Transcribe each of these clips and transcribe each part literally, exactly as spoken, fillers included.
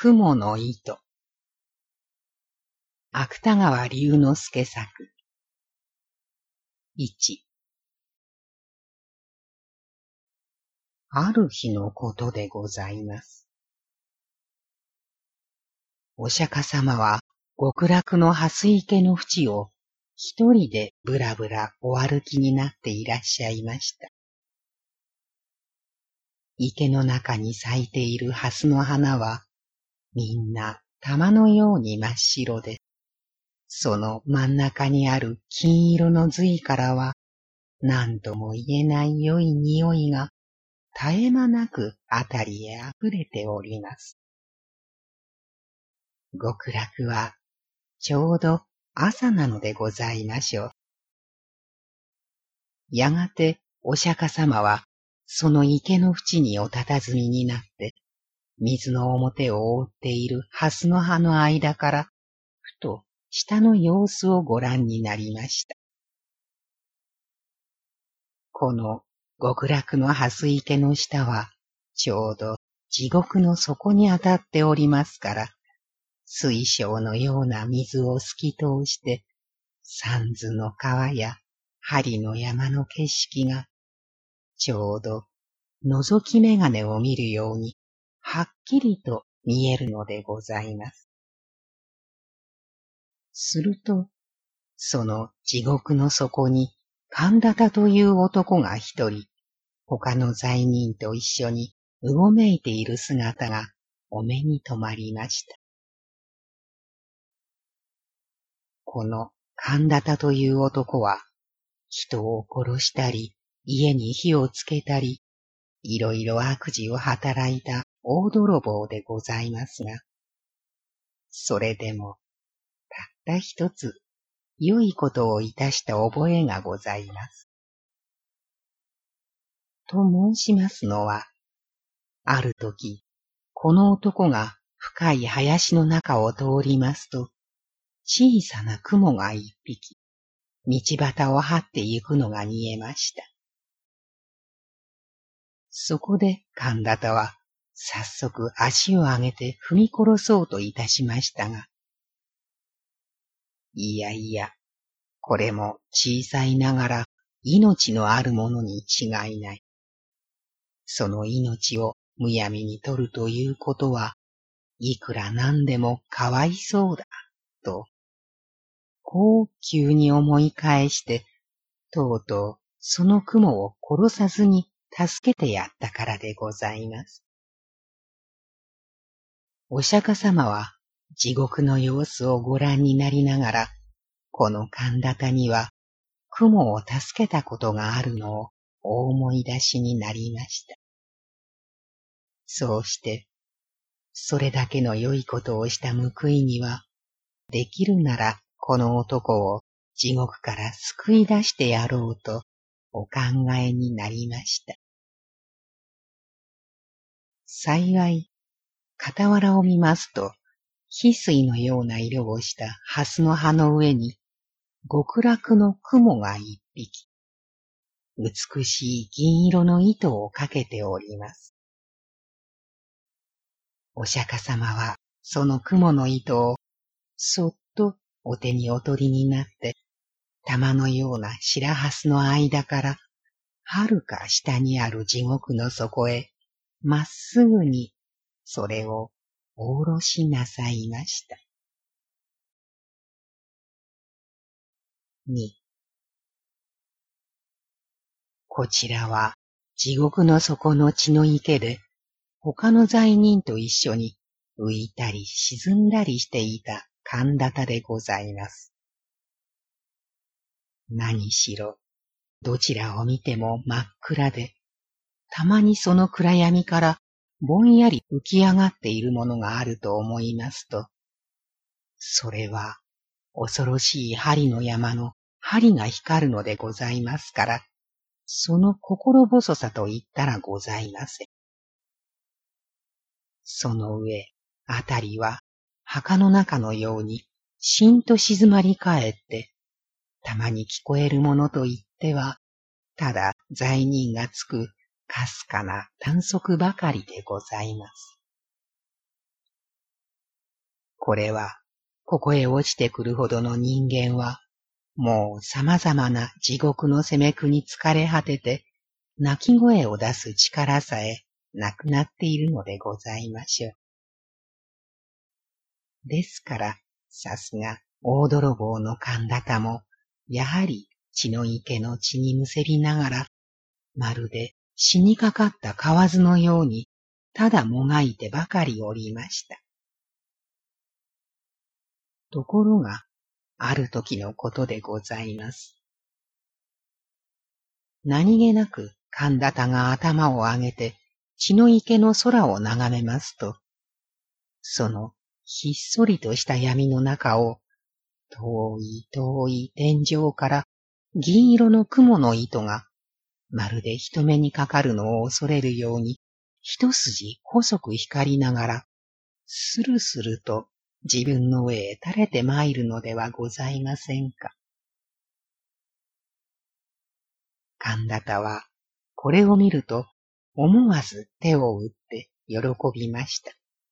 雲の糸。芥川龍之介作。いち。ある日のことでございます。お釈迦様は極楽の蓮池の淵を一人でぶらぶらお歩きになっていらっしゃいました。池の中に咲いている蓮の花はみんな玉のように真っ白で、その真ん中にある金色の髄からは何とも言えない良い匂いが絶え間なくあたりへあふれております。極楽はちょうど朝なのでございましょう。やがてお釈迦様はその池の淵にお佇みになって、水の表を覆っている蓮の葉の間から、ふと下の様子をご覧になりました。この極楽の蓮池の下は、ちょうど地獄の底にあたっておりますから、水晶のような水を透き通して、三途の川や針の山の景色が、ちょうど覗き眼鏡を見るように、はっきりと見えるのでございます。すると、その地獄の底に神田田という男が一人、他の罪人と一緒にうごめいている姿がお目に留まりました。この神田田という男は、人を殺したり、家に火をつけたり、いろいろ悪事を働いた大泥棒でございますが、それでも、たった一つ、良いことをいたした覚えがございます。と申しますのは、あるとき、この男が深い林の中を通りますと、小さな雲が一匹、道端を這って行くのが見えました。そこで神田田は、早速足を上げて踏み殺そうといたしましたが、いやいや、これも小さいながら命のあるものに違いない。その命をむやみに取るということは、いくらなんでもかわいそうだ、と、こう急に思い返して、とうとうその雲を殺さずに助けてやったからでございます。お釈迦様は地獄の様子をご覧になりながら、この神田田には雲を助けたことがあるのをお思い出しになりました。そうして、それだけの良いことをした報いには、できるならこの男を地獄から救い出してやろうとお考えになりました。幸い、傍らを見ますと、翡翠のような色をした蓮の葉の上に、極楽の雲が一匹、美しい銀色の糸をかけております。お釈迦様はその雲の糸をそっとお手にお取りになって、玉のような白蓮の間から、はるか下にある地獄の底へ、まっすぐにそれをおろしなさいました。に、こちらは地獄の底の血の池で、他の罪人と一緒に浮いたり沈んだりしていた神田田でございます。何しろ、どちらを見ても真っ暗で、たまにその暗闇からぼんやり浮き上がっているものがあると思いますと、それは恐ろしい針の山の針が光るのでございますから、その心細さと言ったらございません。その上、あたりは墓の中のようにしんと静まり返って、たまに聞こえるものと言っては、ただ罪人がつくかすかな短足ばかりでございます。 これは、ここへ落ちてくるほどの人間は、もう様々な地獄の責め苦に疲れ果てて、泣き声を出す力さえなくなっているのでございましょう。ですから、さすが大泥棒の神田田も、やはり血の池の血にむせりながら、まるで死にかかった蛙のように、ただもがいてばかりおりました。ところが、ある時のことでございます。何気なく神田田が頭を上げて血の池の空を眺めますと、そのひっそりとした闇の中を遠い遠い天井から銀色の雲の糸がまるで人目にかかるのを恐れるように一筋細く光りながらスルスルと自分の上へ垂れて参るのではございませんか。神田田はこれを見ると思わず手を打って喜びました。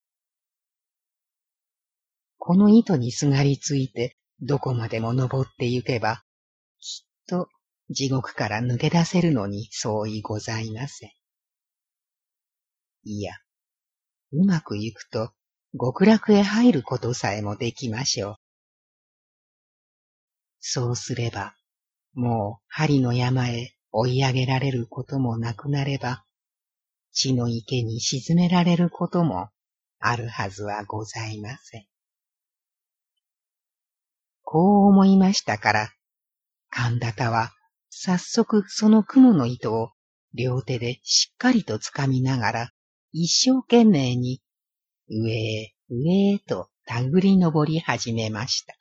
この糸にすがりついてどこまでも登って行けば、きっと地獄から抜け出せるのに相違ございません。いや、うまくいくと極楽へ入ることさえもできましょう。そうすれば、もう針の山へ追い上げられることもなくなれば、血の池に沈められることもあるはずはございません。こう思いましたから、神田田は早速その雲の糸を両手でしっかりと掴みながら、一生懸命に上へ上へと手繰り登り始めました。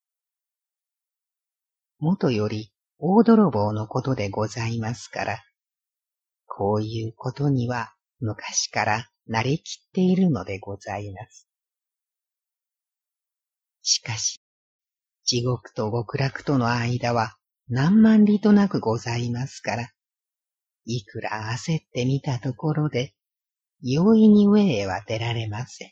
もとより大泥棒のことでございますから、こういうことには昔から慣れきっているのでございます。しかし、地獄と極楽との間は何万里となくございますから、いくら焦ってみたところで、容易に上へは出られません。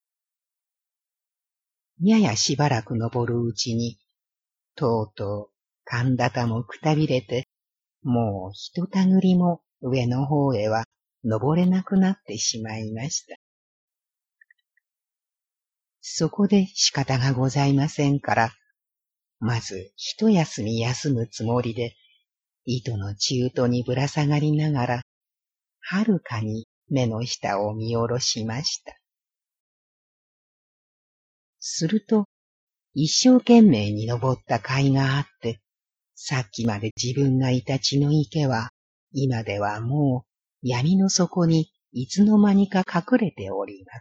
ややしばらく登るうちに、とうとう神田田もくたびれて、もうひとたぐりも上の方へは登れなくなってしまいました。そこで仕方がございませんから、まず一休み休むつもりで、糸の中途にぶら下がりながら、はるかに目の下を見下ろしました。すると、一生懸命に登った甲斐があって、さっきまで自分がいた血の池は、今ではもう闇の底にいつの間にか隠れております。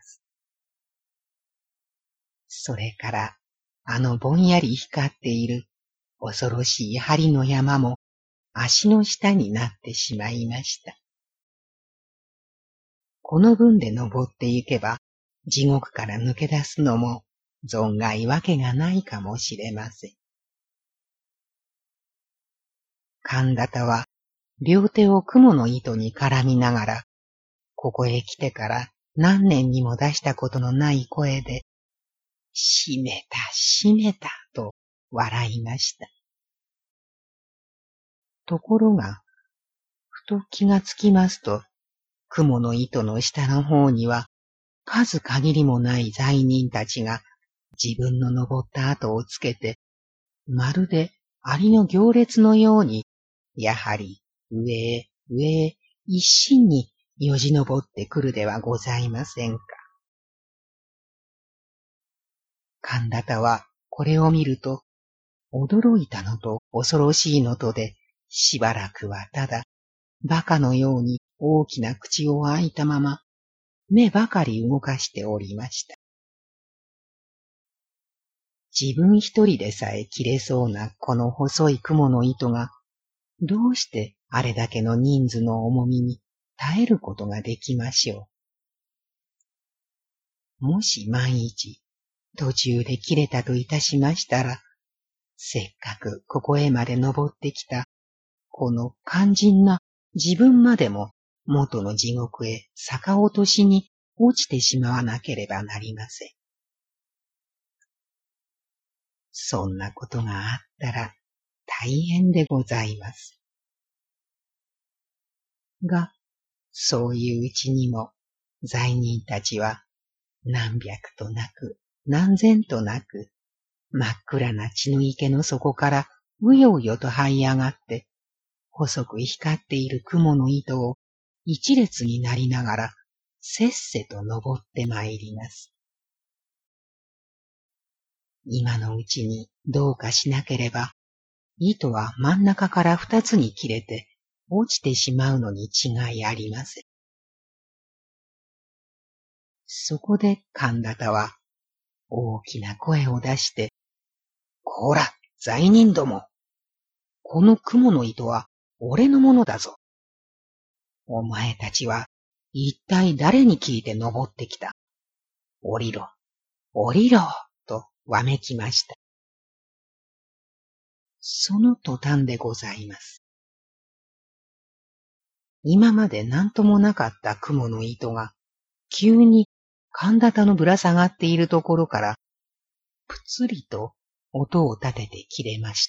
それから、あのぼんやり光っている恐ろしい針の山も足の下になってしまいました。この分で登っていけば、地獄から抜け出すのも存外わけがないかもしれません。神田田は両手を雲の糸に絡みながら、ここへ来てから何年にも出したことのない声で、しめたしめたと笑いました。ところが、ふと気がつきますと、雲の糸の下の方には、数限りもない罪人たちが自分の登った跡をつけて、まるでアリの行列のように、やはり上へ上へ一心によじ登ってくるではございませんか。神田田はこれを見ると、驚いたのと恐ろしいのとで、しばらくはただ、馬鹿のように大きな口を開いたまま、目ばかり動かしておりました。自分一人でさえ切れそうなこの細い雲の糸が、どうしてあれだけの人数の重みに耐えることができましょう。もし万一、途中で切れたといたしましたら、せっかくここへまで登ってきた、この肝心な自分までも元の地獄へ逆落としに落ちてしまわなければなりません。 そんなことがあったら大変でございます。が、そういううちにも罪人たちは何百となく何千となく真っ暗な血の池の底からうようよと這い上がって細く光っている雲の糸を一列になりながらせっせと登ってまいります。今のうちにどうかしなければ、糸は真ん中から二つに切れて落ちてしまうのに違いありません。そこで神田田は大きな声を出して、こら、罪人ども、この雲の糸は俺のものだぞ。お前たちは一体誰に聞いて登ってきた。降りろ、降りろ、とわめきました。その途端でございます。今まで何ともなかった雲の糸が、急に神田田のぶら下がっているところから、ぷつりと音を立てて切れました。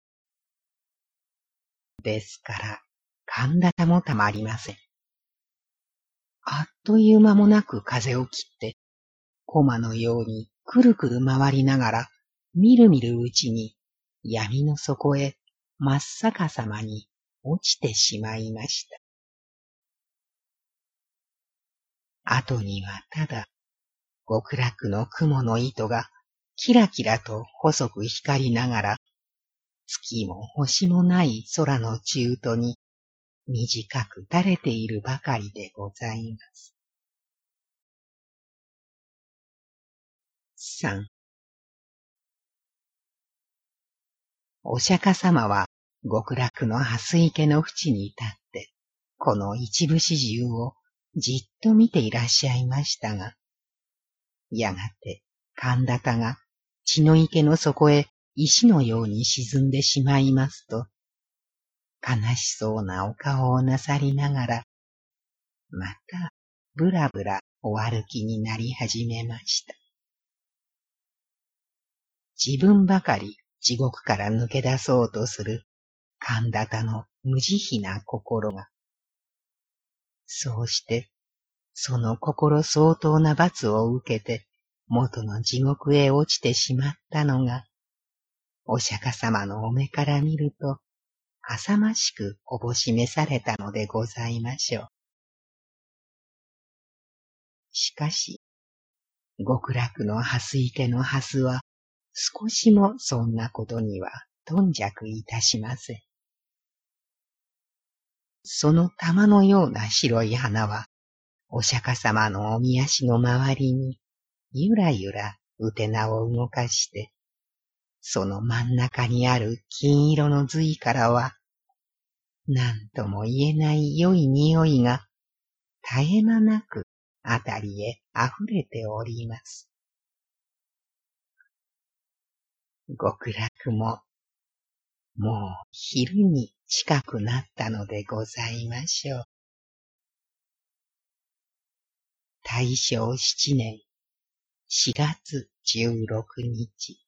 ですから、神田田もたまりません。あっという間もなく風を切って、コマのようにくるくる回りながら、みるみるうちに闇の底へ真っ逆さまに落ちてしまいました。後にはただ、極楽の雲の糸がキラキラと細く光りながら、月も星もない空の中途に短く垂れているばかりでございます。三お釈迦様は極楽の蓮池の淵に立って、この一部始終をじっと見ていらっしゃいましたが、やがて神田田が血の池の底へ石のように沈んでしまいますと、悲しそうなお顔をなさりながら、またぶらぶらお歩きになり始めました。自分ばかり地獄から抜け出そうとする神田田の無慈悲な心が、そうしてその心相当な罰を受けて元の地獄へ落ちてしまったのが、お釈迦様のお目から見ると浅ましくおぼしめされたのでございましょう。しかし、極楽の蓮池の蓮は少しもそんなことには頓着いたしません。その玉のような白い花は、お釈迦様のおみ足の周りにゆらゆらうてなを動かして、その真ん中にある金色の髄からは、何とも言えない良い匂いが絶え間なくあたりへ溢れております。極楽も、もう昼に近くなったのでございましょう。大正七年四月十六日。